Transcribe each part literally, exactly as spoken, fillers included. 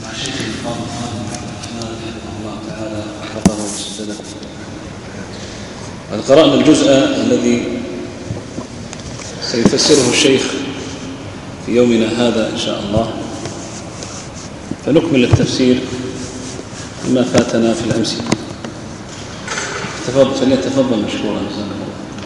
مع شيخ الفاضل خالد بن عبد الرحمن رحمه الله تعالى وحفظه وسدده. قد قرأنا الجزء الذي سيفسره الشيخ في يومنا هذا إن شاء الله، فنكمل التفسير بما فاتنا في الأمس. تفضل فليتفضل مشكورا جزاك الله.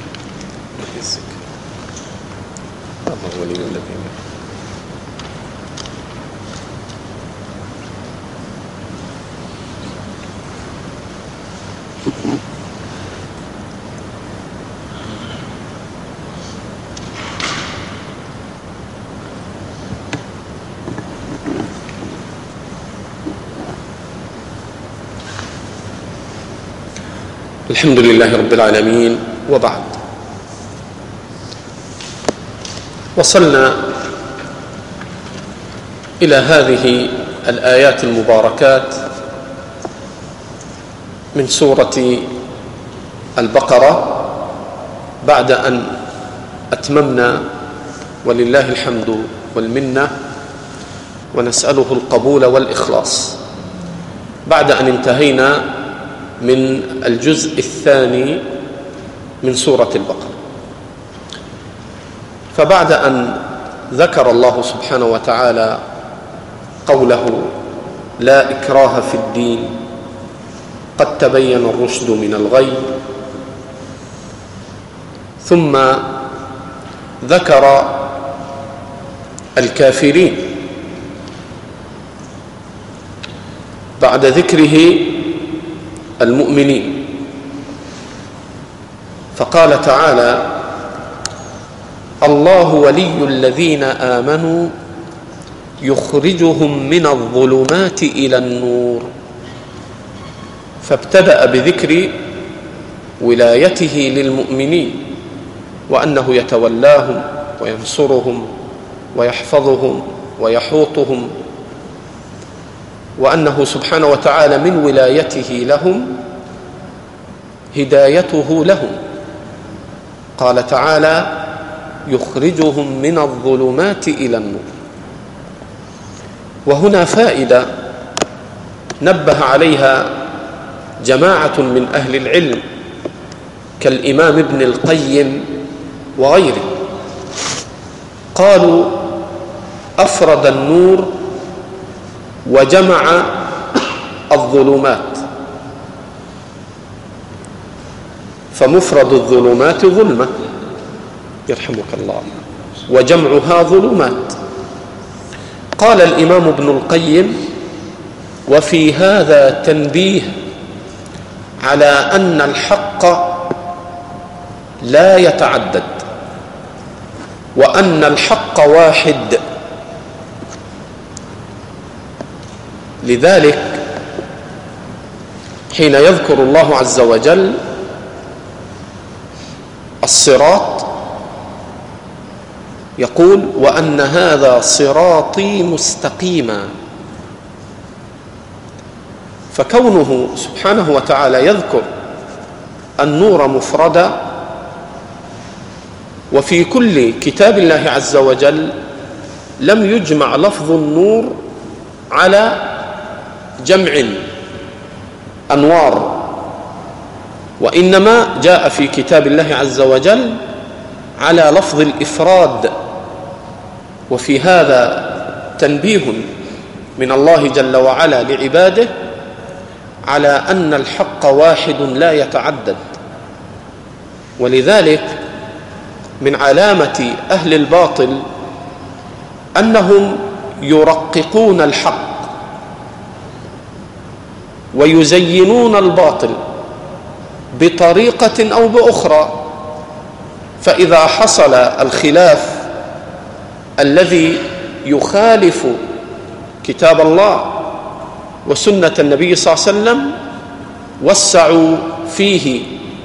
الحمد لله رب العالمين، وبعد. وصلنا إلى هذه الآيات المباركات من سورة البقرة بعد أن أتممنا ولله الحمد والمنة، ونسأله القبول والإخلاص، بعد أن انتهينا من الجزء الثاني من سورة البقرة. فبعد أن ذكر الله سبحانه وتعالى قوله لا إكراه في الدين قد تبين الرشد من الغي، ثم ذكر الكافرين بعد ذكره المؤمنين، فقال تعالى الله ولي الذين آمنوا يخرجهم من الظلمات إلى النور، فابتدأ بذكر ولايته للمؤمنين وأنه يتولاهم وينصرهم ويحفظهم ويحوطهم، وأنه سبحانه وتعالى من ولايته لهم هدايته لهم. قال تعالى يخرجهم من الظلمات إلى النور. وهنا فائدة نبه عليها جماعة من أهل العلم كالإمام ابن القيم وغيره، قالوا أفرد النور وجمع الظلمات، فمفرد الظلمات ظلمة يرحمك الله، وجمعها ظلمات. قال الإمام ابن القيم وفي هذا تنبيه على أن الحق لا يتعدد، وأن الحق واحد. لذلك حين يذكر الله عز وجل الصراط يقول وأن هذا صراطي مستقيما، فكونه سبحانه وتعالى يذكر النور مفردا، وفي كل كتاب الله عز وجل لم يجمع لفظ النور على جمع أنوار، وإنما جاء في كتاب الله عز وجل على لفظ الإفراد. وفي هذا تنبيه من الله جل وعلا لعباده على أن الحق واحد لا يتعدد. ولذلك من علامة أهل الباطل أنهم يرققون الحق ويزينون الباطل بطريقة أو بأخرى، فإذا حصل الخلاف الذي يخالف كتاب الله وسنة النبي صلى الله عليه وسلم وسعوا فيه،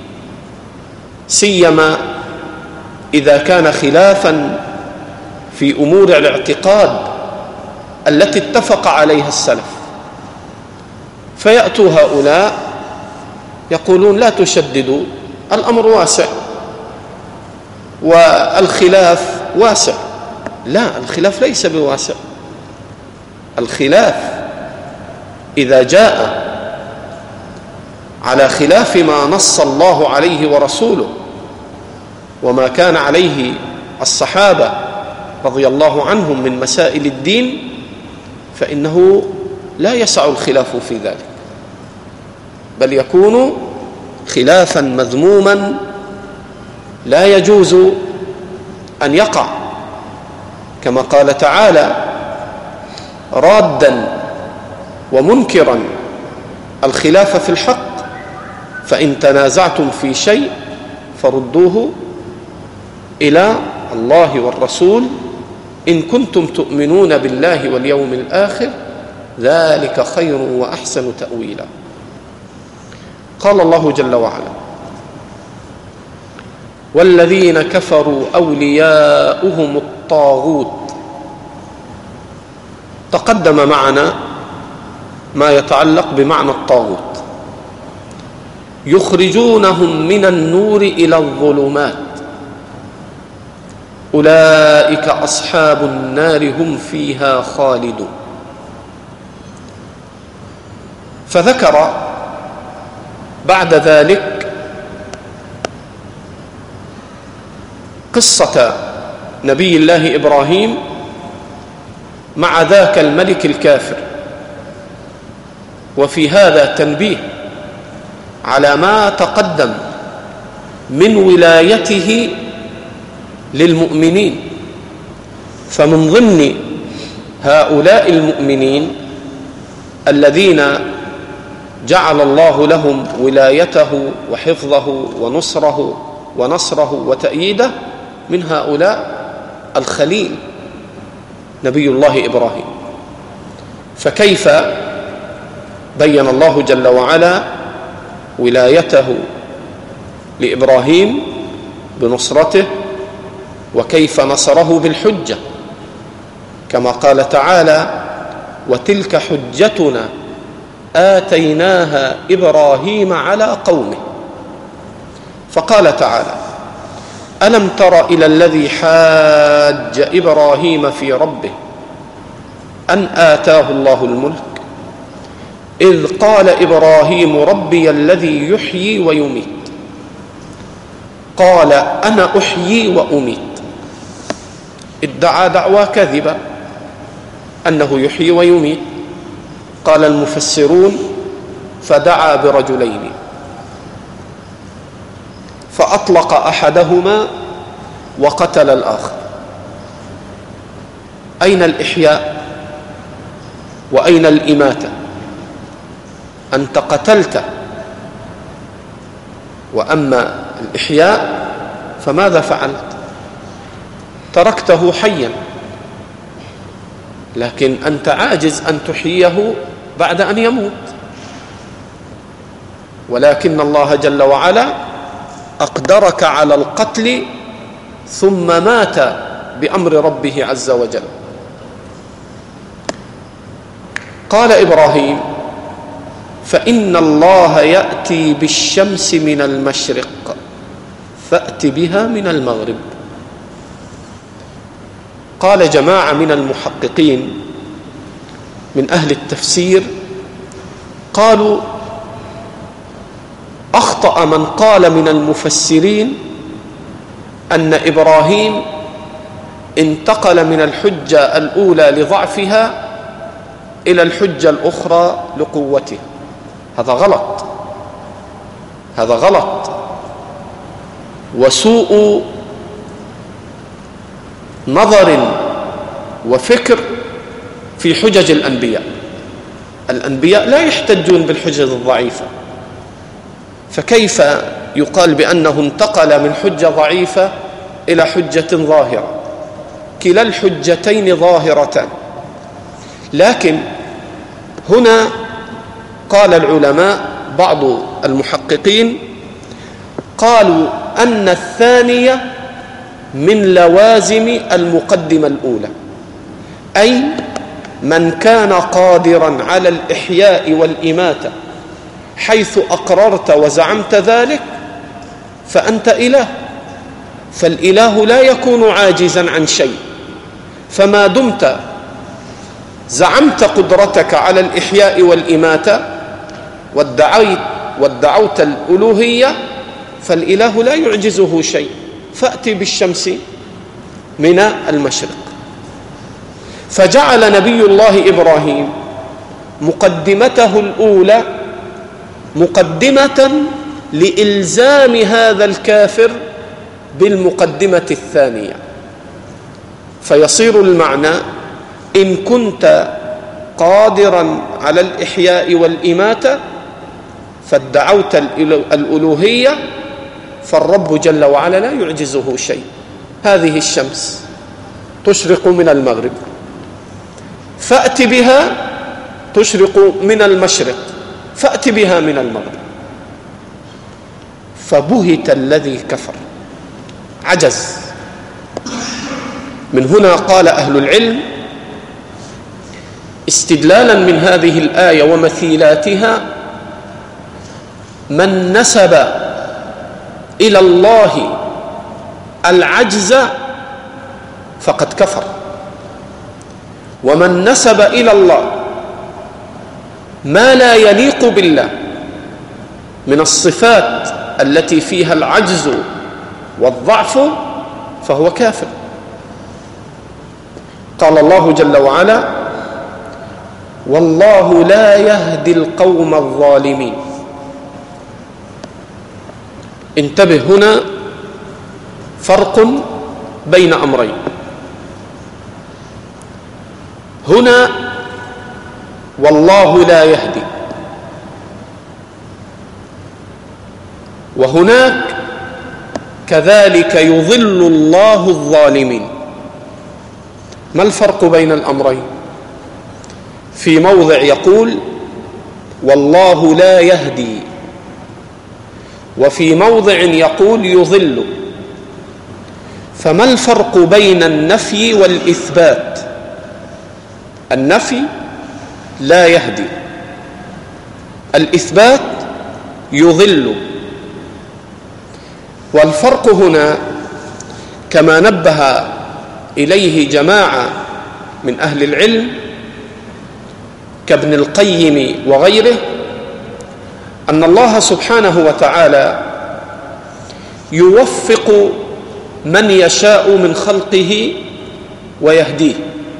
سيما إذا كان خلافا في أمور الاعتقاد التي اتفق عليها السلف، فيأتوا هؤلاء يقولون لا تشددوا، الأمر واسع والخلاف واسع. لا، الخلاف ليس بواسع، الخلاف إذا جاء على خلاف ما نص الله عليه ورسوله وما كان عليه الصحابة رضي الله عنهم من مسائل الدين فإنه لا يسع الخلاف في ذلك، بل يكون خلافا مذموما لا يجوز أن يقع، كما قال تعالى رادا ومنكرا الخلاف في الحق: فإن تنازعتم في شيء فردوه إلى الله والرسول إن كنتم تؤمنون بالله واليوم الآخر ذلك خير وأحسن تأويلا. قال الله جل وعلا: والذين كفروا أولياؤهم الطاغوت. تقدم معنا ما يتعلق بمعنى الطاغوت: يخرجونهم من النور إلى الظلمات أولئك أصحاب النار هم فيها خالدون. فذكر بعد ذلك قصة نبي الله إبراهيم مع ذاك الملك الكافر، وفي هذا تنبيه على ما تقدم من ولايته للمؤمنين. فمن ضمن هؤلاء المؤمنين الذين جعل الله لهم ولايته وحفظه ونصره ونصره وتأييده من هؤلاء الخليل نبي الله إبراهيم. فكيف بين الله جل وعلا ولايته لإبراهيم بنصرته، وكيف نصره بالحجة، كما قال تعالى: وتلك حجتنا آتيناها إبراهيم على قومه. فقال تعالى: ألم تر إلى الذي حاج إبراهيم في ربه أن آتاه الله الملك إذ قال إبراهيم ربي الذي يحيي ويميت قال أنا أحيي وأميت. ادعى دعوى كذبة أنه يحيي ويميت. قال المفسرون: فدعا برجلين فأطلق أحدهما وقتل الآخر. أين الإحياء وأين الإماتة؟ أنت قتلت، وأما الإحياء فماذا فعلت؟ تركته حيا، لكن أنت عاجز أن تحييه بعد أن يموت. ولكن الله جل وعلا أقدرك على القتل ثم مات بأمر ربه عز وجل. قال إبراهيم: فإن الله يأتي بالشمس من المشرق فأت بها من المغرب. قال جماعة من المحققين من أهل التفسير قالوا: أخطأ من قال من المفسرين أن إبراهيم انتقل من الحجة الأولى لضعفها إلى الحجة الأخرى لقوتها. هذا غلط، هذا غلط وسوء نظر وفكر في حجج الأنبياء. الأنبياء لا يحتجون بالحجج الضعيفة، فكيف يقال بأنه انتقل من حجة ضعيفة إلى حجة ظاهرة؟ كلا الحجتين ظاهرتان. لكن هنا قال العلماء بعض المحققين قالوا أن الثانية من لوازم المقدمة الأولى، أي من كان قادرا على الإحياء والإماتة حيث أقررت وزعمت ذلك فأنت إله. فالإله لا يكون عاجزا عن شيء، فما دمت زعمت قدرتك على الإحياء والإماتة وادعيت وادعوت الألوهية، فالإله لا يعجزه شيء، فأتي بالشمس من المشرق. فجعل نبي الله إبراهيم مقدمته الأولى مقدمة لإلزام هذا الكافر بالمقدمة الثانية، فيصير المعنى: إن كنت قادرا على الإحياء والإماتة فادعوت الألوهية، فالرب جل وعلا لا يعجزه شيء. هذه الشمس تشرق من المغرب، فأت بها، تشرق من المشرق، فأت بها من المغرب. فبهت الذي كفر، عجز. من هنا قال أهل العلم استدلالا من هذه الآية ومثيلاتها: من نسب إلى الله العجز فقد كفر، ومن نسب إلى الله ما لا يليق بالله من الصفات التي فيها العجز والضعف فهو كافر. قال الله جل وعلا: والله لا يهدي القوم الظالمين. انتبه، هنا فرق بين أمرين. هنا والله لا يهدي، وهناك كذلك يضل الله الظالمين. ما الفرق بين الأمرين؟ في موضع يقول والله لا يهدي، وفي موضع يقول يضل. فما الفرق بين النفي والإثبات؟ النفي لا يهدي، الإثبات يضل. والفرق هنا كما نبه إليه جماعة من أهل العلم كابن القيم وغيره، أن الله سبحانه وتعالى يوفق من يشاء من خلقه ويهديه،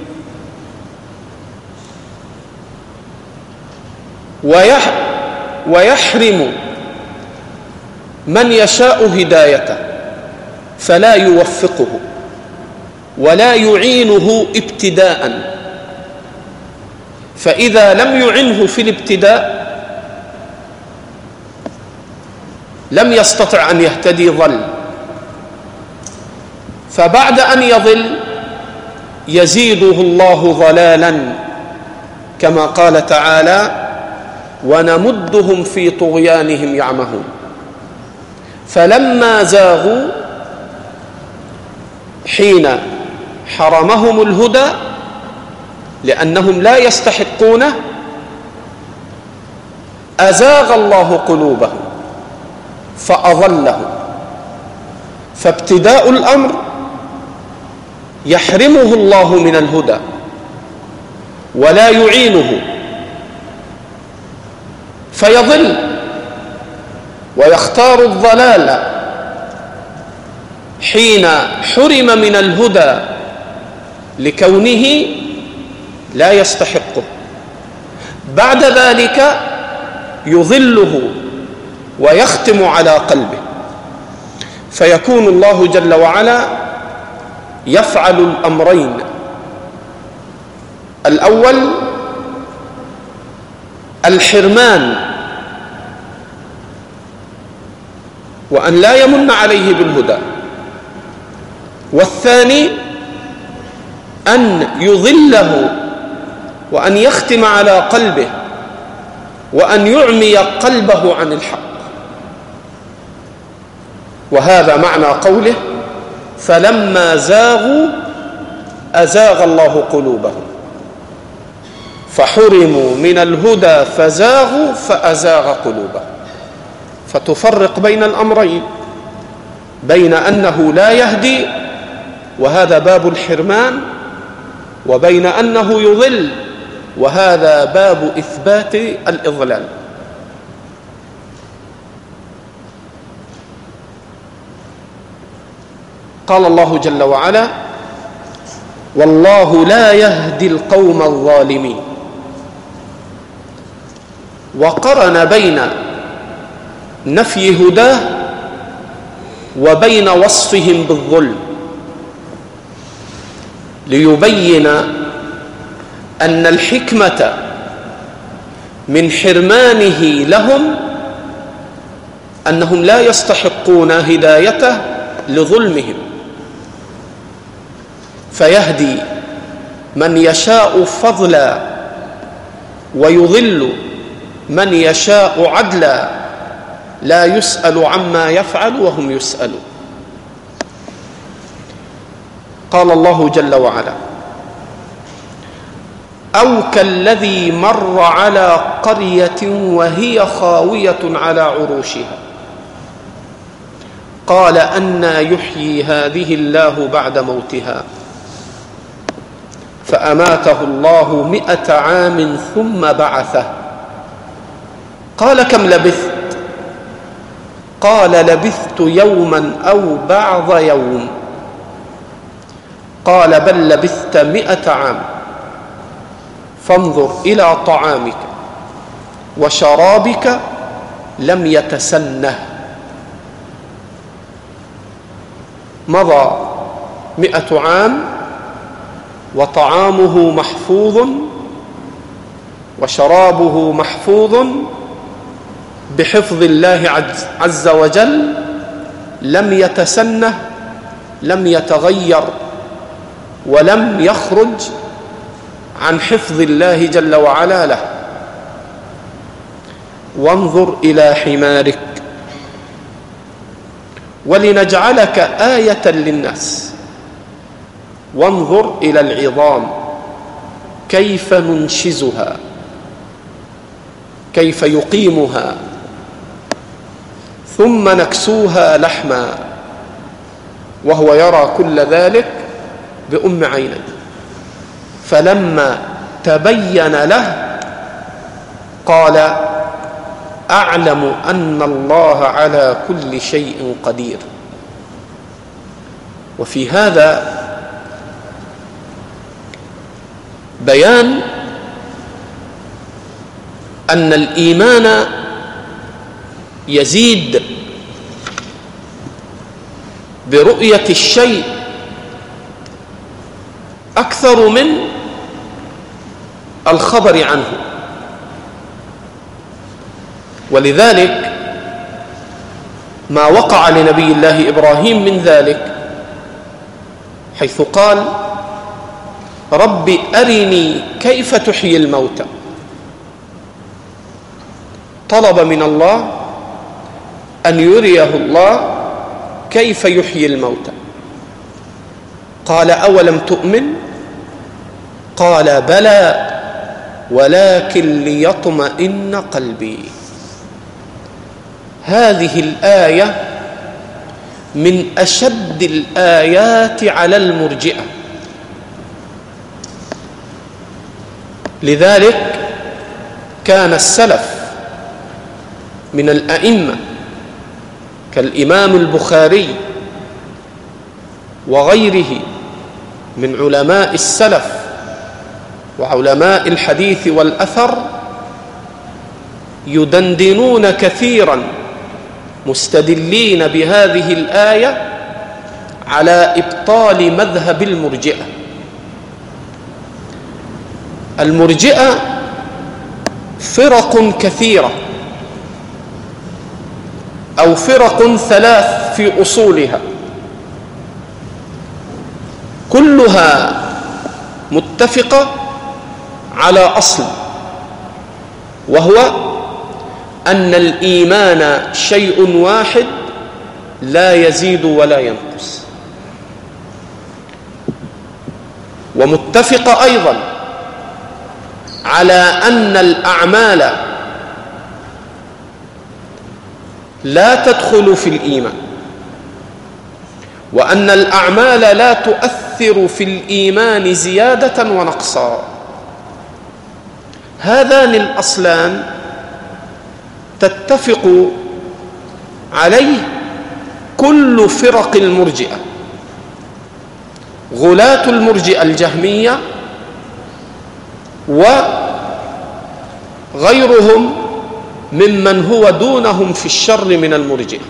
ويحرم من يشاء هدايته فلا يوفقه ولا يعينه ابتداء. فإذا لم يعنه في الابتداء لم يستطع أن يهتدي، ضل. فبعد أن يضل يزيده الله ضلالا، كما قال تعالى: ونمدهم في طغيانهم يعمهون. فلما زاغوا حين حرمهم الهدى لأنهم لا يستحقونه، أزاغ الله قلوبهم فأضلهم. فابتداء الأمر يحرمه الله من الهدى ولا يعينه فيضل ويختار الضلال حين حرم من الهدى لكونه لا يستحقه. بعد ذلك يضله ويختم على قلبه، فيكون الله جل وعلا يفعل الأمرين: الأول الحرمان وأن لا يمن عليه بالهدى، والثاني أن يضله وأن يختم على قلبه وأن يعمي قلبه عن الحق. وهذا معنى قوله: فلما زاغوا أزاغ الله قلوبهم. فحرموا من الهدى فزاغوا فأزاغ قلوبهم. فتفرق بين الأمرين، بين أنه لا يهدي وهذا باب الحرمان، وبين أنه يضل وهذا باب إثبات الإضلال. قال الله جل وعلا: والله لا يهدي القوم الظالمين. وقرن بين نفي هداه وبين وصفهم بالظلم، ليبين أن الحكمة من حرمانه لهم أنهم لا يستحقون هدايته لظلمهم، فيهدي من يشاء فضلا ويضل من يشاء عدلا، لا يسأل عما يفعل وهم يسألون. قال الله جل وعلا: أو كالذي مر على قرية وهي خاوية على عروشها قال أنى يحيي هذه الله بعد موتها فأماته الله مئة عام ثم بعثه قال كم لبثت؟ قال لبثت يوما أو بعض يوم. قال بل لبثت مئة عام فانظر إلى طعامك وشرابك لم يتسنه. مضى مئة عام وطعامه محفوظ وشرابه محفوظ بحفظ الله عز وجل، لم يتسنه، لم يتغير، ولم يخرج عن حفظ الله جل وعلا له. وانظر إلى حمارك ولنجعلك آية للناس، وانظر إلى العظام كيف ننشزها، كيف يقيمها، ثم نكسوها لحما، وهو يرى كل ذلك بأم عينيه. فلما تبين له قال أعلم أن الله على كل شيء قدير. وفي هذا بيان أن الإيمان يزيد برؤية الشيء أكثر من الخبر عنه. ولذلك ما وقع لنبي الله إبراهيم من ذلك حيث قال رب أرني كيف تحيي الموتى، طلب من الله أن يريه الله كيف يحيي الموتى. قال أولم تؤمن؟ قال بلى ولكن ليطمئن قلبي. هذه الآية من أشد الآيات على المرجئة. لذلك كان السلف من الأئمة كالإمام البخاري وغيره من علماء السلف وعلماء الحديث والأثر يدندنون كثيرا مستدلين بهذه الآية على إبطال مذهب المرجئة. المرجئة فرق كثيرة أو فرق ثلاث في أصولها، كلها متفقة على أصل، وهو أن الإيمان شيء واحد لا يزيد ولا ينقص، ومتفقة أيضا على أن الأعمال لا تدخل في الإيمان، وأن الأعمال لا تؤثر في الإيمان زيادة ونقصا. هذان الأصلان تتفق عليه كل فرق المرجئة، غلاة المرجئة الجهمية وغيرهم ممن هو دونهم في الشر من المرجئة.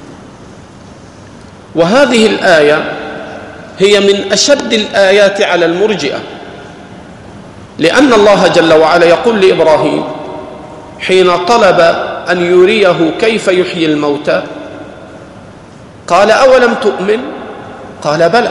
وهذه الآية هي من أشد الآيات على المرجئة، لأن الله جل وعلا يقول لإبراهيم حين طلب أن يريه كيف يحيي الموتى قال أولم تؤمن؟ قال بلى،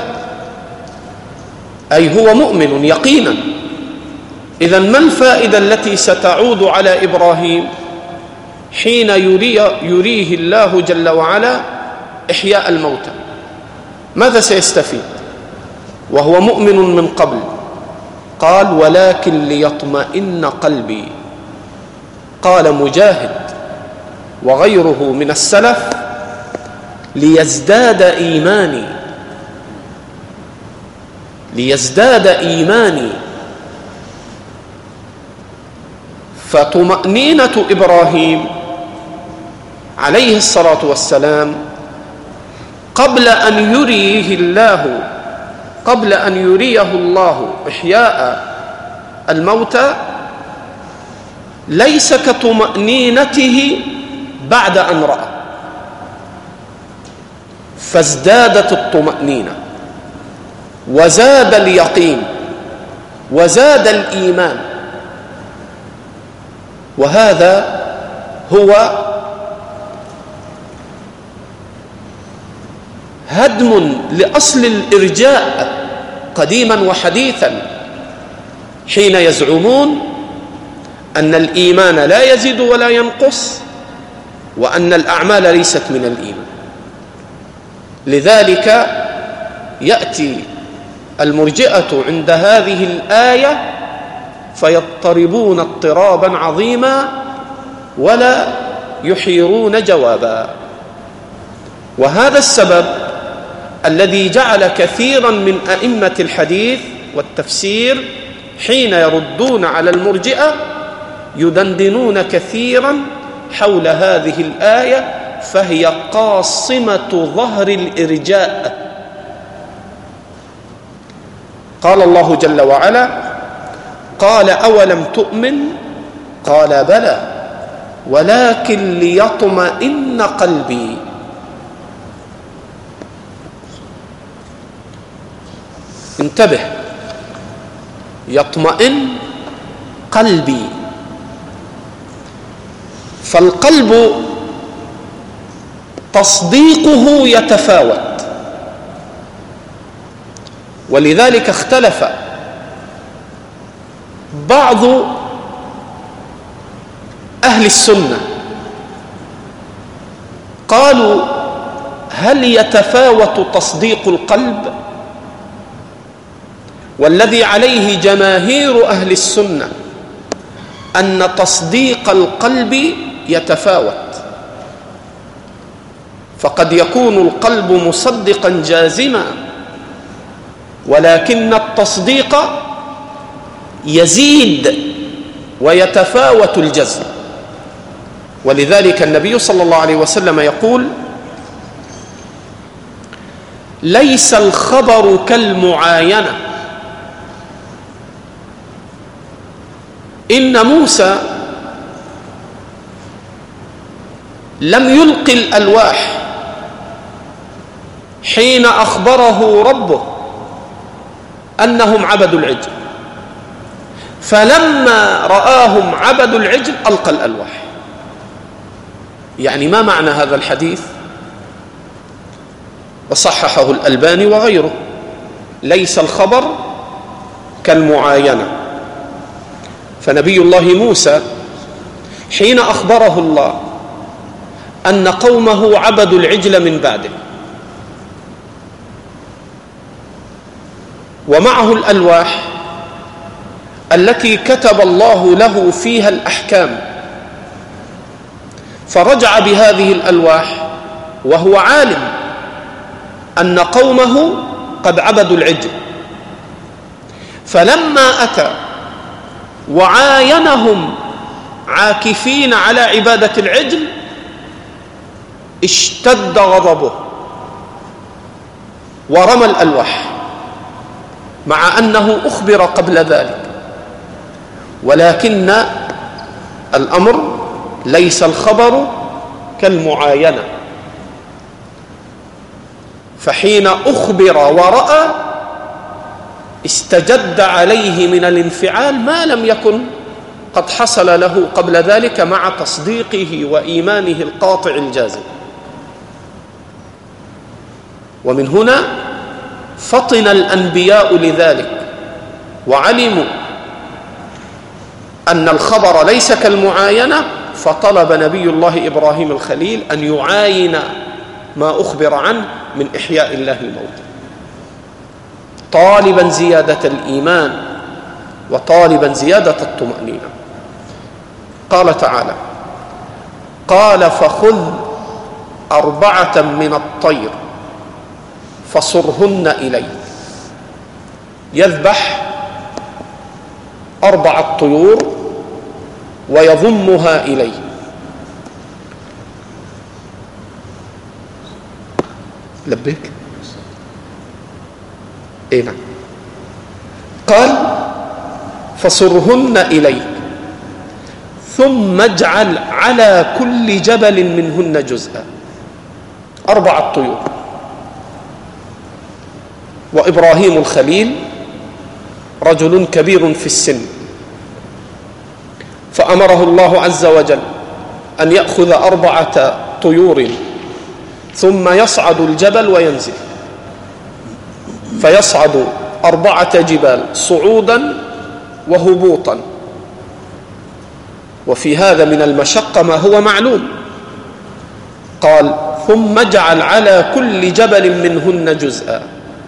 أي هو مؤمن يقينا. إذن ما الفائدة التي ستعود على إبراهيم حين يري يريه الله جل وعلا إحياء الموتى؟ ماذا سيستفيد وهو مؤمن من قبل؟ قال ولكن ليطمئن قلبي. قال مجاهد وغيره من السلف ليزداد إيماني، ليزداد إيماني. فطمأنينة إبراهيم عليه الصلاة والسلام قبل أن يريه الله قبل أن يريه الله إحياء الموتى ليس كطمأنينته بعد أن رأى، فازدادت الطمأنينة وزاد اليقين وزاد الإيمان. وهذا هو هدم لأصل الإرجاء قديما وحديثا، حين يزعمون أن الإيمان لا يزيد ولا ينقص وأن الأعمال ليست من الإيمان. لذلك يأتي المرجئة عند هذه الآية فيضطربون اضطرابا عظيما ولا يحيرون جوابا. وهذا السبب الذي جعل كثيرا من أئمة الحديث والتفسير حين يردون على المرجئة يدندنون كثيرا حول هذه الآية، فهي قاصمة ظهر الإرجاء. قال الله جل وعلا قال أولم تؤمن؟ قال بلى ولكن ليطمئن قلبي. انتبه، يطمئن قلبي. فالقلب تصديقه يتفاوت، ولذلك اختلف بعض أهل السنة قالوا هل يتفاوت تصديق القلب؟ والذي عليه جماهير أهل السنة أن تصديق القلب يتفاوت، فقد يكون القلب مصدقا جازما ولكن التصديق يزيد ويتفاوت الجزم. ولذلك النبي صلى الله عليه وسلم يقول ليس الخبر كالمعاينة. إن موسى لم يلقي الألواح حين أخبره ربه أنهم عبدوا العجل، فلما رآهم عبدوا العجل ألقى الألواح. يعني ما معنى هذا الحديث؟ وصححه الألباني وغيره، ليس الخبر كالمعاينة. فنبي الله موسى حين أخبره الله أن قومه عبدوا العجل من بعده ومعه الألواح التي كتب الله له فيها الأحكام، فرجع بهذه الألواح وهو عالم أن قومه قد عبدوا العجل. فلما أتى وعاينهم عاكفين على عبادة العجل اشتد غضبه ورمى الألواح، مع أنه أخبر قبل ذلك. ولكن الأمر ليس الخبر كالمعاينة، فحين أخبر ورأى استجد عليه من الانفعال ما لم يكن قد حصل له قبل ذلك مع تصديقه وإيمانه القاطع الجازم. ومن هنا فطن الأنبياء لذلك وعلموا أن الخبر ليس كالمعاينة، فطلب نبي الله إبراهيم الخليل أن يعاين ما أخبر عنه من إحياء الله الموتى، طالبا زيادة الإيمان وطالبا زيادة الطمأنينة. قال تعالى: قال فخذ أربعة من الطير فصرهن إليك. يذبح أربعة طيور ويضمها إليه. لبيك إيه نعم. قال فصرهن إليك ثم اجعل على كل جبل منهن جزءا. أربعة طيور. وإبراهيم الخليل رجل كبير في السن، فأمره الله عز وجل أن يأخذ أربعة طيور ثم يصعد الجبل وينزل، فيصعد أربعة جبال صعودا وهبوطا، وفي هذا من المشقة ما هو معلوم. قال ثم اجعل على كل جبل منهن جزءا.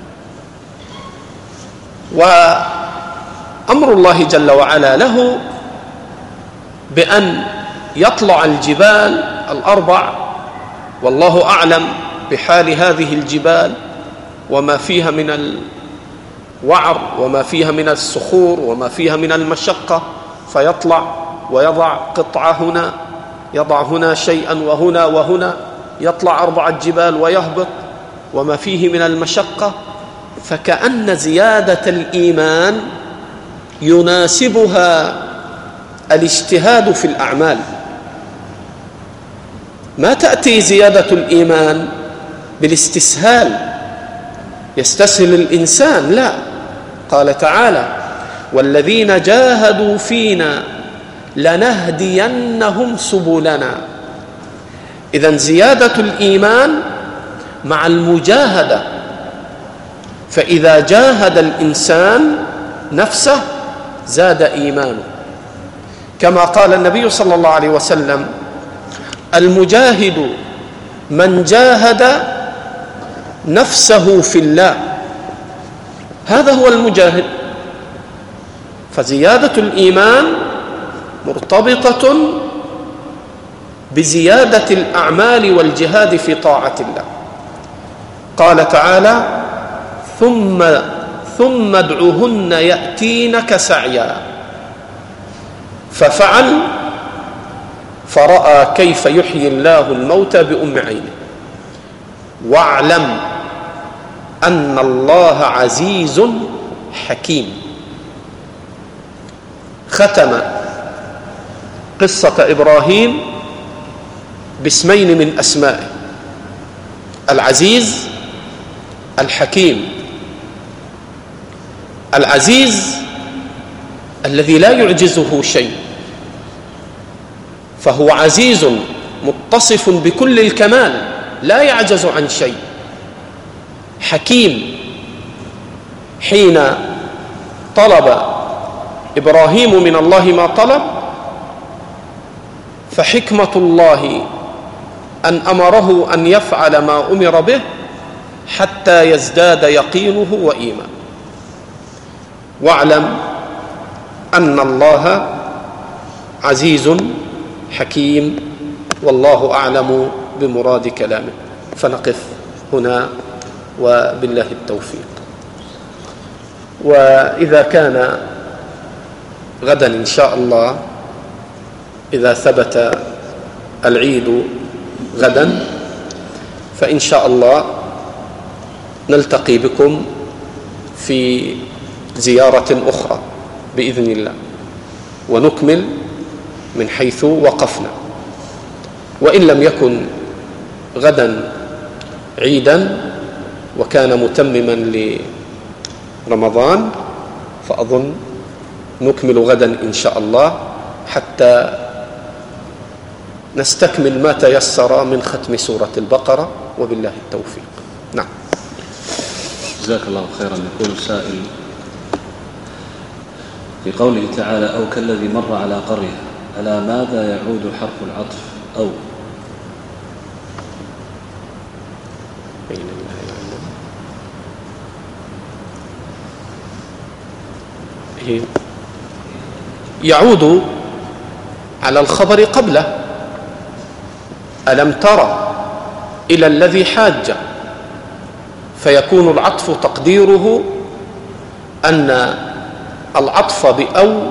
وأمر الله جل وعلا له بأن يطلع الجبال الأربع، والله أعلم بحال هذه الجبال وما فيها من الوعر وما فيها من الصخور وما فيها من المشقة، فيطلع ويضع قطعة هنا، يضع هنا شيئا وهنا وهنا، يطلع أربعة جبال ويهبط وما فيه من المشقة. فكأن زيادة الإيمان يناسبها الاجتهاد في الأعمال. ما تأتي زيادة الإيمان بالاستسهال، يستسهل الإنسان، لا. قال تعالى: والذين جاهدوا فينا لنهدينهم سبلنا. إذن زيادة الإيمان مع المجاهدة، فإذا جاهد الإنسان نفسه زاد إيمانه، كما قال النبي صلى الله عليه وسلم: المجاهد من جاهد نفسه في الله، هذا هو المجاهد. فزيادة الإيمان مرتبطة بزيادة الأعمال والجهاد في طاعة الله. قال تعالى: ثم ثم ادعهن يأتينك سعيا. ففعل فرأى كيف يحيي الله الموتى بأم عينه. واعلم أن الله عزيز حكيم. ختم قصة إبراهيم باسمين من أسمائه: العزيز، الحكيم. العزيز الذي لا يعجزه شيء، فهو عزيز متصف بكل الكمال لا يعجز عن شيء. حكيم، حين طلب إبراهيم من الله ما طلب، فحكمة الله أن أمره أن يفعل ما أمر به حتى يزداد يقينه وإيمانه. واعلم أن الله عزيز حكيم، والله أعلم بمراد كلامه. فنقف هنا وبالله التوفيق. وإذا كان غدا إن شاء الله إذا ثبت العيد غدا فإن شاء الله نلتقي بكم في زيارة أخرى بإذن الله ونكمل من حيث وقفنا. وإن لم يكن غدا عيدا وكان متمما لرمضان فأظن نكمل غدا إن شاء الله حتى نستكمل ما تيسر من ختم سورة البقرة وبالله التوفيق. نعم. جزاك الله خيرا. يقول السائل في قوله تعالى أو كالذي مر على قرية، على ماذا يعود حرف العطف أو؟ يعود على الخبر قبله. ألم تر إلى الذي حاج، فيكون العطف تقديره أن العطف بأو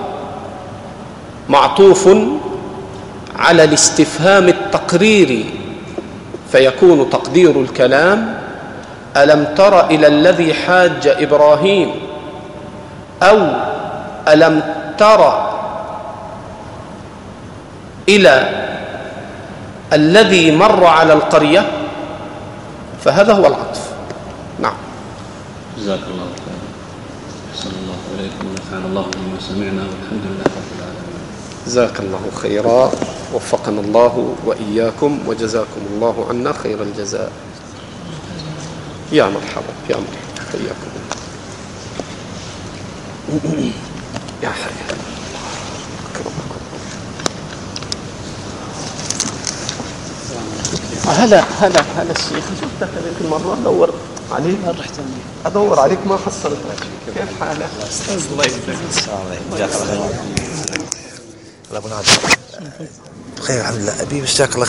معطوف على الاستفهام التقريري، فيكون تقدير الكلام ألم تر إلى الذي حاج إبراهيم، أو ألم تر إلى الذي مر على القرية، فهذا هو العطف. نعم. جزاك الله خيرا. أحسن الله إليكم ونفعنا الله بما سمعنا والحمد لله رب العالمين. جزاك الله خيرا، وفقنا الله وإياكم وجزاكم الله عنا خير الجزاء. يا مرحبا يا مرحبا، حياكم يا حيا. هلا هلا هلا الشيخ، شفتك هذيك المرة دور عليك، رحت ادور عليك ما حصلتك. كيف حالك؟ الله يسلمك. جزاك الله خير. الله يبارك فيك. بخير الحمد لله. ابي بس جزاك الله